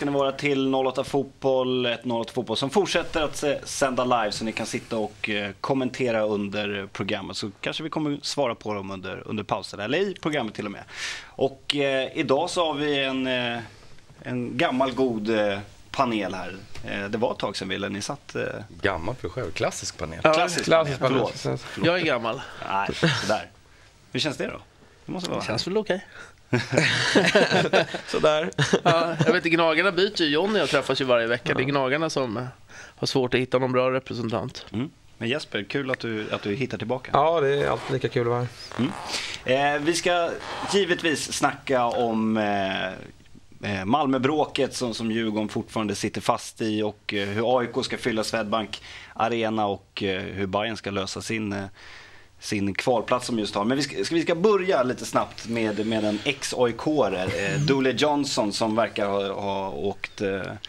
ska ni vara till 08 Fotboll, ett 08 Fotboll som fortsätter att sända live, så ni kan sitta och kommentera under programmet, så kanske vi kommer svara på dem under pausen eller i programmet till och med. Och idag så har vi en gammal god panel här. Det var ett tag sedan ni satt... Gammal för själv, klassisk panel. Ja, klassisk panel. Förlåt. Jag är gammal. Nej, sådär. Hur känns det då? Det känns väl okej. Sådär. Ja, jag vet inte, Gnagarna byter ju. Johnny och jag träffas ju varje vecka. Det är Gnagarna som har svårt att hitta någon bra representant. Men Jesper, kul att du hittar tillbaka. Ja, det är alltid lika kul att vara här. Vi ska givetvis snacka om Malmöbråket som Djurgården fortfarande sitter fast i, och hur AIK ska fylla Swedbank Arena och hur Bayern ska lösa sin kvalplats som just har. Men vi ska börja lite snabbt med en ex-AIK-are, Dule Johnson, som verkar ha åkt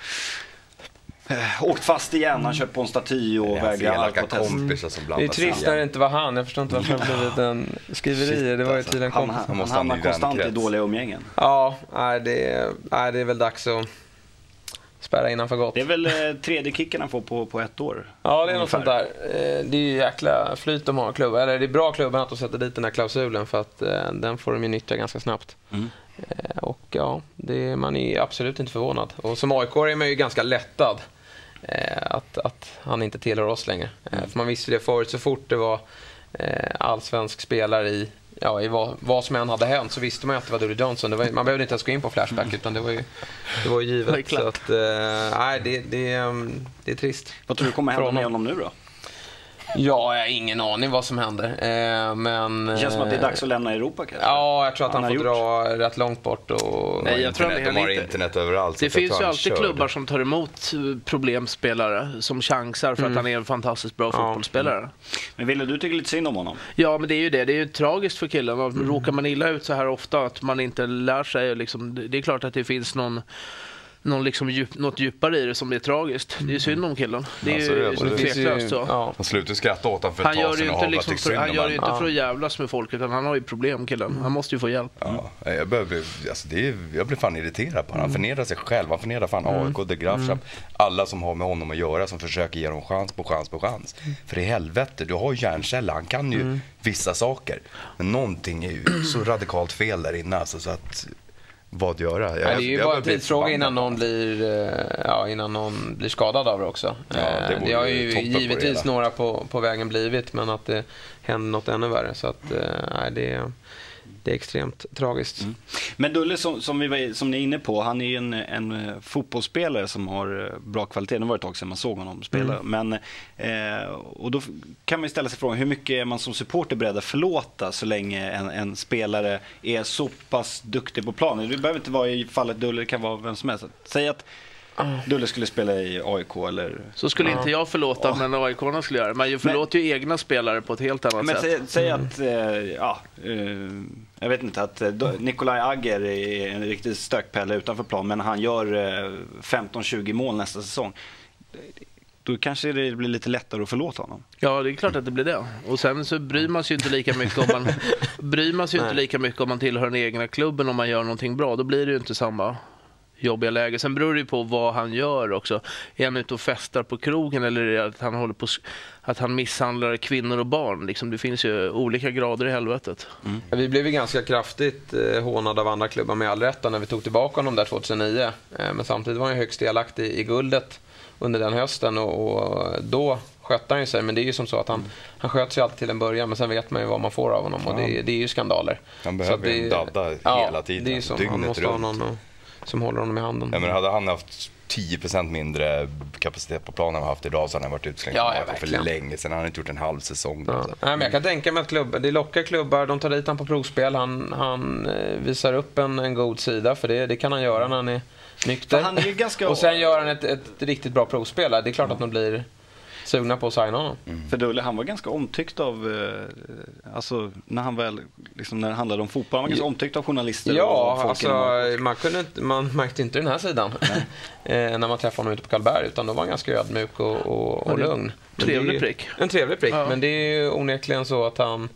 fast igen. Han kört på en staty och vägrar kompisar som det är trist när det inte var han. Jag förstår inte varför det blivit en skriveri. Det var ju tydligen kompis. Han hamnar konstant i dåliga umgängen. Ja, det är väl dags att spärra innanför gott. Det är väl tredje kicken han får på ett år. Ja, det är något sånt där. Det är ju jäkla flyt de har klubbar. Eller det är bra klubben att de sätter dit den här klausulen, för att den får de ju nyttja ganska snabbt. Och ja, man är absolut inte förvånad. Och som AIK är man ju ganska lättad att han inte tillhör oss längre. För man visste det förut, så fort det var allsvensk spelare i vad som än hade hänt, så visste man ju att det var Dule Johnson. Man behövde inte ens gå in på Flashback, utan det var ju givet. Så att, det är trist. Vad tror du kommer hända med honom nu då? Ja, jag har ingen aning vad som händer. Men det känns som att det är dags att lämna Europa kanske. Ja, jag tror att han får dra rätt långt bort. Nej, jag tror de har internet överallt. Det finns ju alltid klubbar som tar emot problemspelare som chansar för att han är en fantastiskt bra fotbollsspelare. Men Ville, du tycker lite synd om honom? Ja, men det är ju det. Det är ju tragiskt för killen. Råkar man illa ut så här ofta att man inte lär sig. Liksom, det är klart att det finns något djupare i det som är tragiskt. Det är synd om killen. Det är ju tveklöst så. Ja. Han slutar skratta åt han för han gör det ju inte för att jävlas med folk, utan han har ju problem, killen. Han måste ju få hjälp. Ja, jag blir fan irriterad på honom. Han förnedrar sig själv. Han förnedrar fan AIK, De Graafschap. Alla som har med honom att göra, som försöker ge honom chans på chans. För i helvete, du har ju hjärnceller. Han kan ju vissa saker. Men någonting är ju så radikalt fel där inne. Alltså, så att... Vad göra? Det är ju bara en tidsfråga innan någon blir skadad av det också. Det har ju givetvis några på vägen blivit, men att det händer något ännu värre. Så att det är extremt tragiskt. Men Dule, som ni är inne på, han är ju en fotbollsspelare som har bra kvalitet. Nu var det ett tag sedan man såg honom spela. Men, och då kan man ställa sig frågan, hur mycket är man som supporter beredd att förlåta så länge en spelare är så pass duktig på planen? Det behöver inte vara i fallet Dule, det kan vara vem som helst. Säg att Dule skulle spela i AIK eller... Så skulle inte jag förlåta, men AIK-arna skulle göra. Man förlåter ju egna spelare på ett helt annat sätt. Säg att jag vet inte, att Nikolaj Agger är en riktigt stökpelle utanför plan, men han gör 15-20 mål nästa säsong. Då kanske det blir lite lättare att förlåta honom. Ja, det är klart att det blir det. Och sen så bryr man sig ju inte lika mycket om man tillhör den egna klubben, om man gör någonting bra. Då blir det ju inte samma jobbiga läge. Sen beror det ju på vad han gör också. Är han ute och festar på krogen, eller är det att han håller på att han misshandlar kvinnor och barn? Liksom, det finns ju olika grader i helvetet. Vi blev ju ganska kraftigt hånade av andra klubbar, med all rätt, när vi tog tillbaka honom där 2009. Men samtidigt var han ju högst delaktig i guldet under den hösten, och då skötte han ju sig. Men det är ju som så att han sköt sig alltid till en början, men sen vet man ju vad man får av honom, och det är ju skandaler. Han behöver en dadda hela tiden. Det är som, han måste ha någon som håller honom i handen. Ja, men hade han haft 10% mindre kapacitet på planen än han haft idag, så hade han varit utslängd för länge sedan. Han hade inte gjort en halv säsong. Nej, men jag kan tänka mig att det lockar klubbar, de tar dit han på provspel, han visar upp en god sida, för det kan han göra när han är nykter. Han är ganska... Och sen gör han ett riktigt bra provspel. Det är klart att de blir sugna på att signa honom. För Dule, han var ganska omtyckt av alltså när det handlade om fotboll, han var ganska omtyckt av journalister. Ja, alltså man märkte inte den här sidan när man träffade honom ute på Karlberg, utan då var han ganska ödmjuk och lugn. Trevlig prick. En trevlig prick, men det är ju onekligen så att han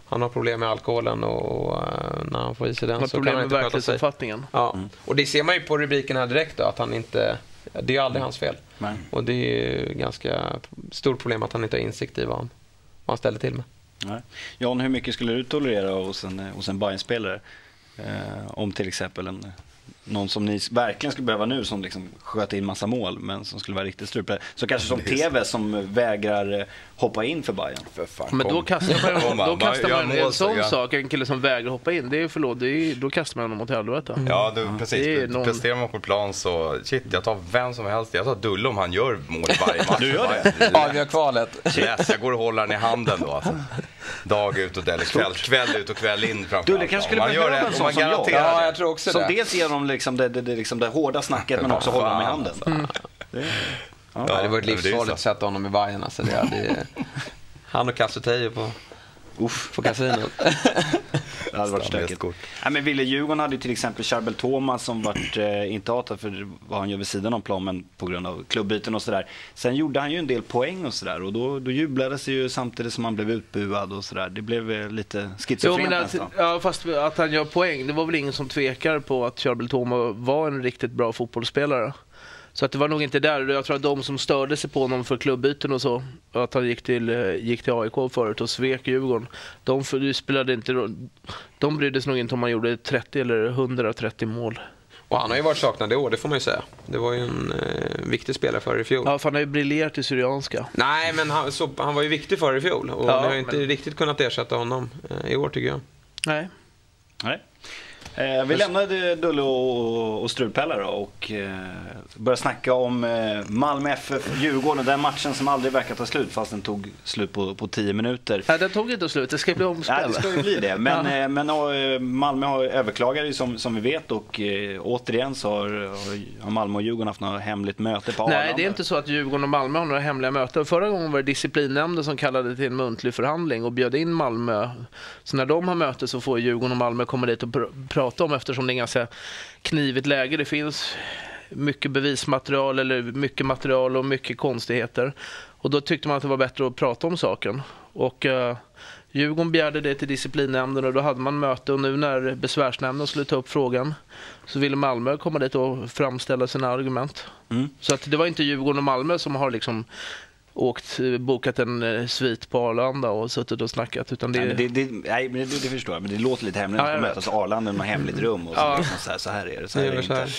han har problem med alkoholen och när han får i sig den han så kan han inte sköta sig. Ja. Och det ser man ju på rubriken här direkt då, att han inte, det är aldrig hans fel. Och det är ganska stort problem att han inte har insikt i vad han ställer till med. Nej. Jan, hur mycket skulle du tolerera hos en Bayern-spelare? Om till exempel någon som ni verkligen skulle behöva nu, som liksom sköt in massa mål men som skulle vara riktigt strupad. Så kanske som TV som vägrar hoppa in för Bayern. För fan, men då kastar man en sån sak, en kille som vägrar hoppa in. Det är då kastar man honom mot helvete. Ja, precis. Presterar man på plan så shit, jag tar vem som helst. Jag tar Dulle om han gör mål i varje match. Du gör det? Ja, vi har kvalet. Yes, jag går och håller den i handen då. Alltså. Dag ut och kväll ut och kväll in framför allt. Du, det kanske skulle behöva en sån som jag. Ja, jag tror också som det. Som dels ger dem liksom det hårda snacket men också håller dem i handen. Det var ett livsfarligt att sätta honom i Bayern. Alltså, han och Cassutejo på kasinot. Det hade varit stökigt. Nej, men Ville Djurgården hade ju till exempel Charbel Thomas som vart inte hatad för vad han gör vid sidan av planen på grund av klubbyten och sådär. Sen gjorde han ju en del poäng och sådär och då jublades ju samtidigt som han blev utbuad och sådär. Det blev lite schizofrent nästan. Ja, fast att han gör poäng, det var väl ingen som tvekar på att Charbel Thomas var en riktigt bra fotbollsspelare. Så att det var nog inte där. Jag tror att de som störde sig på honom för klubbyten och så, att han gick till AIK förut och svek Djurgården, de brydde sig nog inte om man gjorde 30 eller 130 mål. Och han har ju varit saknad i år, det får man ju säga. Det var ju en viktig spelare för i fjol. Ja, för han har ju briljerat i Syrianska. Nej, men han var ju viktig för i fjol. Och ja, vi har inte riktigt kunnat ersätta honom i år, tycker jag. Nej. Vi lämnade Dulle och Strulpellar och började snacka om Malmö FF Djurgården, den matchen som aldrig verkar ta slut fast den tog slut på 10 minuter. Nej, den tog inte slut, det ska bli omspel. Nej, det ska ju bli det. Men Malmö har överklagat som vi vet och återigen så har Malmö och Djurgården haft något hemligt möte på Arlanda. Nej, det är inte så att Djurgården och Malmö har några hemliga möten. Förra gången var det disciplinnämnden som kallade till en muntlig förhandling och bjöd in Malmö. Så när de har möte så får Djurgården och Malmö komma dit och prata om, eftersom det är ganska knivigt läge. Det finns mycket bevismaterial eller mycket material och mycket konstigheter. Och då tyckte man att det var bättre att prata om saken. Och Djurgården begärde det till disciplinnämnden och då hade man möte, och nu när besvärsnämnden skulle ta upp frågan så ville Malmö komma dit och framställa sina argument. Så att det var inte Djurgården och Malmö som har liksom bokat en svit på Arlanda och suttit och snackat, utan det... Nej, men det förstår jag, men det låter lite hemligt att mötas Arlanda med hemligt rum och så här är det. Så här är det inte.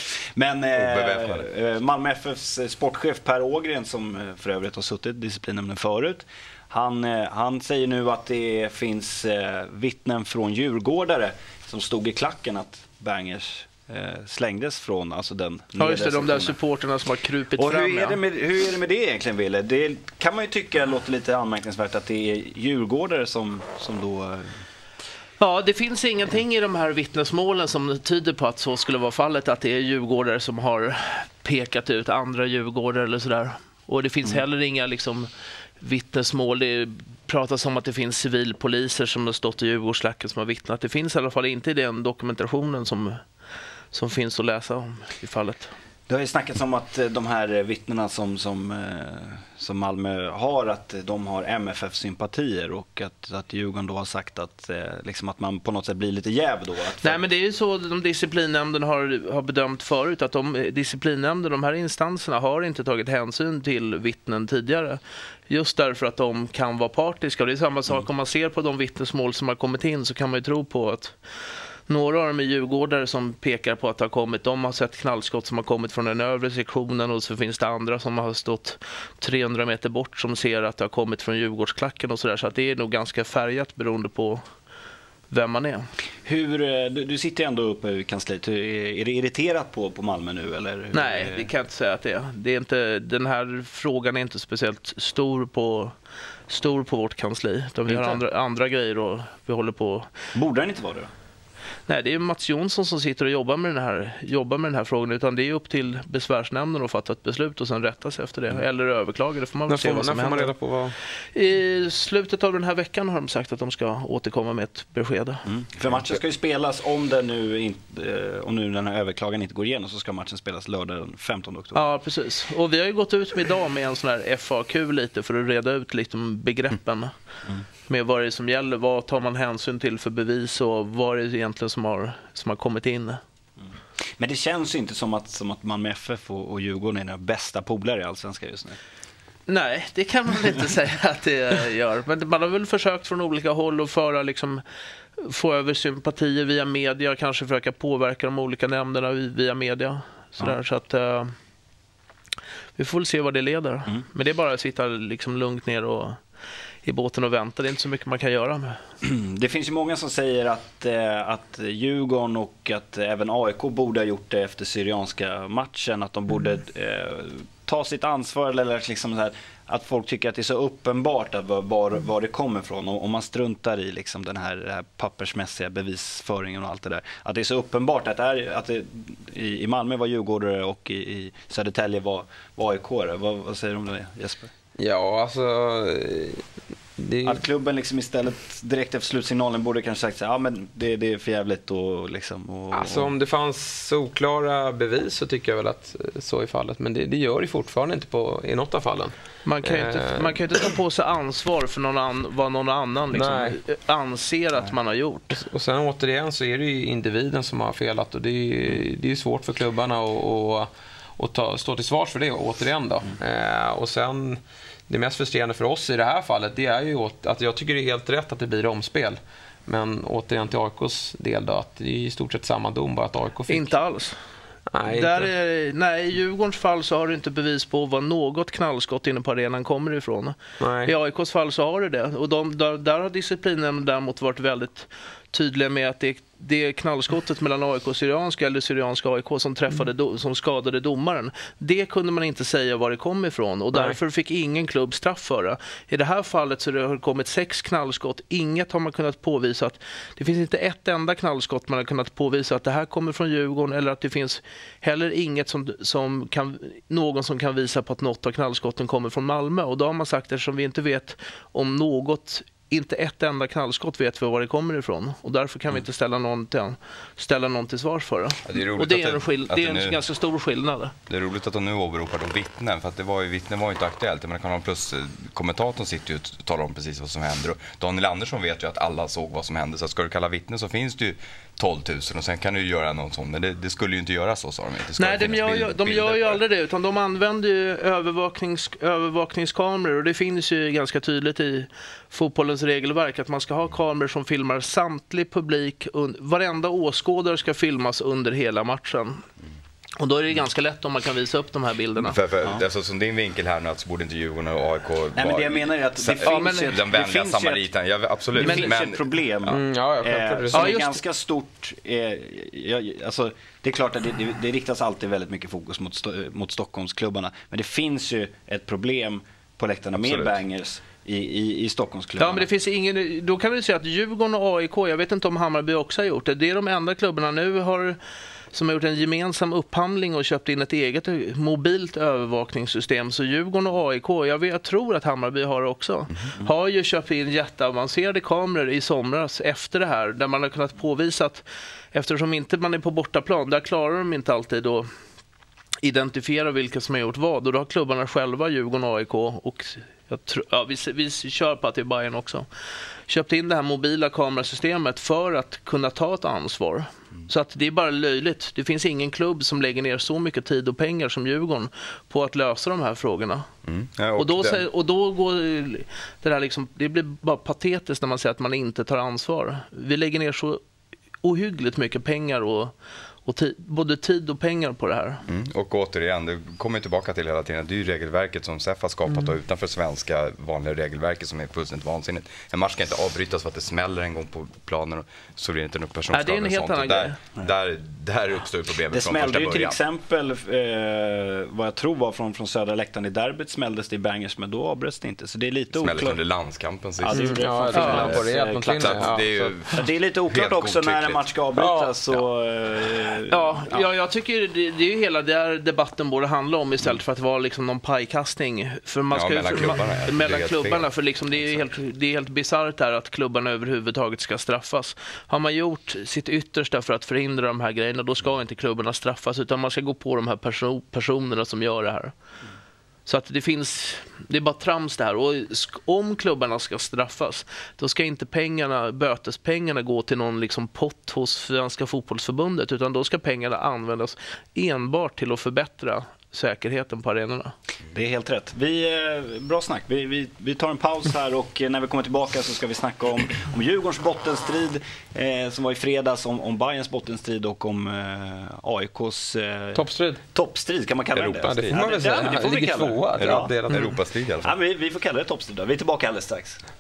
Men Malmö FFs sportchef Per Ågren, som för övrigt har suttit i disciplinen förut, han säger nu att det finns vittnen från djurgårdare som stod i klacken att Bangers slängdes från den just det, de där supporterna som har krupit och fram. Hur är det med det egentligen, Ville? Det kan man ju tycka låter lite anmärkningsvärt att det är djurgårdare som då... Ja, det finns ingenting i de här vittnesmålen som tyder på att så skulle vara fallet, att det är djurgårdare som har pekat ut andra djurgårdare eller sådär. Och det finns heller inga vittnesmål. Det pratas om att det finns civilpoliser som har stått i Djurgårdsklacken som har vittnat. Det finns i alla fall inte i den dokumentationen som finns att läsa om i fallet. Det har ju snackats om att de här vittnena som Malmö har, att de har MFF-sympatier och att Djurgården då har sagt att man på något sätt blir lite jäv då. Nej, men det är ju så de disciplinnämnden har bedömt förut, att disciplinnämnden, de här instanserna, har inte tagit hänsyn till vittnen tidigare. Just därför att de kan vara partiska. Och det är samma sak om man ser på de vittnesmål som har kommit in, så kan man ju tro på att några av dem är djurgårdare som pekar på att det har kommit. De har sett knallskott som har kommit från den övre sektionen, och så finns det andra som har stått 300 meter bort som ser att det har kommit från Djurgårdsklacken och sådär. Så att det är nog ganska färgat beroende på vem man är. Du sitter ändå uppe i kansliet. Är det irriterat på Malmö nu? Eller Nej, det kan jag inte säga att det är inte, den här frågan är inte speciellt stor på vårt kansli. Vi har andra grejer och vi håller på. Borde den inte vara det? Nej, det är Mats Jonsson som sitter och jobbar med den här frågan, utan det är upp till besvärsnämnden att fatta ett beslut och sen rätta sig efter det. Eller överklaga, det får man väl se vad som händer. Reda på vad... I slutet av den här veckan har de sagt att de ska återkomma med ett besked. För matchen ska ju spelas, om nu den här överklagan inte går igenom, så ska matchen spelas lördag den 15 oktober. Ja, precis. Och vi har ju gått ut med idag med en sån här FAQ lite för att reda ut lite om begreppen. Med vad det är som gäller, vad tar man hänsyn till för bevis och vad det är egentligen som har kommit in. Men det känns ju inte som att Malmö FF och Djurgården är den bästa polare i Allsvenskan just nu. Nej, det kan man inte säga att det gör. Men man har väl försökt från olika håll att få över sympatier via media, kanske försöka påverka de olika nämnderna via media. Sådär, så att vi får väl se vad det leder. Men det är bara att sitta liksom lugnt ner och i båten och vänta. Det är inte så mycket man kan göra med. Det finns ju många som säger att Djurgården och att även AIK borde ha gjort det efter Syrianska matchen. Att de borde ta sitt ansvar, eller liksom så här, att folk tycker att det är så uppenbart att var det kommer ifrån. Om man struntar i liksom den här pappersmässiga bevisföringen och allt det där. Att det är så uppenbart att det i Malmö var Djurgårdare och i Södertälje var AIK. Vad säger du om det, Jesper? Ja, alltså... Att klubben liksom istället direkt efter slutsignalen borde kanske sagt att men det är för jävligt och liksom... Alltså om det fanns oklara bevis så tycker jag väl att så är fallet. Men det gör det fortfarande inte i något av fallen. Man kan ju inte ta på sig ansvar för vad någon annan liksom anser att man har gjort. Och sen återigen så är det ju individen som har felat. Och det är ju svårt för klubbarna att stå till svars för det återigen då. Och sen... Det mest frustrerande för oss i det här fallet, det är ju att jag tycker det är helt rätt att det blir omspel. Men återigen till AIKs del då, att det är i stort sett samma dom, bara att AIK fick. Inte alls. Nej, i Djurgårdens fall så har du inte bevis på vad något knallskott inne på arenan kommer ifrån. Nej. I AIKs fall så har du det. Och där har disciplinen däremot varit väldigt tydliga med att det knallskottet mellan AIK och Syrianska eller Syrianska AIK som skadade domaren, det kunde man inte säga var det kom ifrån och därför fick ingen klubb straff för det. I det här fallet så har det kommit 6 knallskott. Inget har man kunnat påvisa att det finns inte ett enda knallskott man har kunnat påvisa att det här kommer från Djurgården, eller att det finns heller inget någon som kan visa på att något av knallskotten kommer från Malmö. Och då har man sagt, eftersom vi inte vet om inte ett enda knallskott vet vi var det kommer ifrån. Och därför kan vi inte ställa någon till svars för det. Ja, det är och det är en ganska stor skillnad. Det är roligt att de nu åberopar de vittnen, för att vittnen var ju inte aktuellt. Men Kanal Plus kommentatorn sitter ju och talar om precis vad som händer. Och Daniel Andersson vet ju att alla såg vad som hände. Så ska du kalla vittnen så finns det ju 12 000 och sen kan du göra någon sån. Men det skulle ju inte göra så, sa de inte. Nej, de gör ju aldrig det, utan de använder ju övervakningskameror, och det finns ju ganska tydligt i fotbollens regelverk att man ska ha kameror som filmar samtlig publik, varenda åskådare ska filmas under hela matchen. Och då är det ganska lätt om man kan visa upp de här bilderna. Alltså, som din vinkel här nu, att så borde inte Djurgården och AIK Nej, men det jag menar är att det finns den vänliga samariten. Absolut. Det finns ett problem som är ganska stort. Alltså, det är klart att det riktas alltid väldigt mycket fokus mot Stockholmsklubbarna. Men det finns ju ett problem på läktarna med bangers i Stockholmsklubbarna. Ja, men det finns ingen. Då kan vi säga att Djurgården och AIK, jag vet inte om Hammarby också har gjort det. Det är de enda klubbarna nu som har gjort en gemensam upphandling och köpt in ett eget mobilt övervakningssystem. Så Djurgården och AIK, jag tror att Hammarby har också, har ju köpt in jätteavancerade kameror i somras efter det här, där man har kunnat påvisa att eftersom inte man är på bortaplan, där klarar de inte alltid att identifiera vilka som har gjort vad. Och då har klubbarna själva, Djurgården och AIK, och vi kör på att det är Bayern också, köpt in det här mobila kamerasystemet för att kunna ta ett ansvar. Så att det är bara löjligt. Det finns ingen klubb som lägger ner så mycket tid och pengar som Djurgården på att lösa de här frågorna. Och då går det där liksom, det blir bara patetiskt när man säger att man inte tar ansvar. Vi lägger ner så ohyggligt mycket pengar och och både tid och pengar på det här. Och återigen, det kommer tillbaka till hela tiden. Det är ju regelverket som SEF har skapat utanför svenska vanliga regelverket som är fullständigt vansinnigt. En match ska inte avbrytas för att det smäller en gång på planen så blir det inte någon personskada. Det är en helt annan grej. Där uppstår problemet det från första början. Det smällde ju till exempel, vad jag tror var från södra läktaren i derbyt smälldes det i bangers, men då avbröts det inte. Så det är lite oklart. Smälldes under landskampen sist. Det är lite oklart också när en match ska avbrytas. Jag tycker det är ju hela där debatten borde handla om istället för att vara liksom någon pajkastning. För man ska mellan klubbarna för liksom det är helt bisarrt där att klubbarna överhuvudtaget ska straffas. Har man gjort sitt yttersta för att förhindra de här grejerna, då ska inte klubbarna straffas, utan man ska gå på de här personerna som gör det här. Så att det är bara trams det här. Och om klubbarna ska straffas, då ska inte bötespengarna gå till någon liksom pott hos Svenska fotbollsförbundet, utan då ska pengarna användas enbart till att förbättra säkerheten på arenorna. Det är helt rätt. Bra snack. Vi tar en paus här och när vi kommer tillbaka så ska vi snacka om Djurgårdens bottenstrid som var i fredags, om Bayerns bottenstrid och om AIKs toppstrid kan man kalla Europa, det får man väl säga. Europastrid i alla fall. Vi får kalla det toppstrid då. Vi är tillbaka alldeles strax.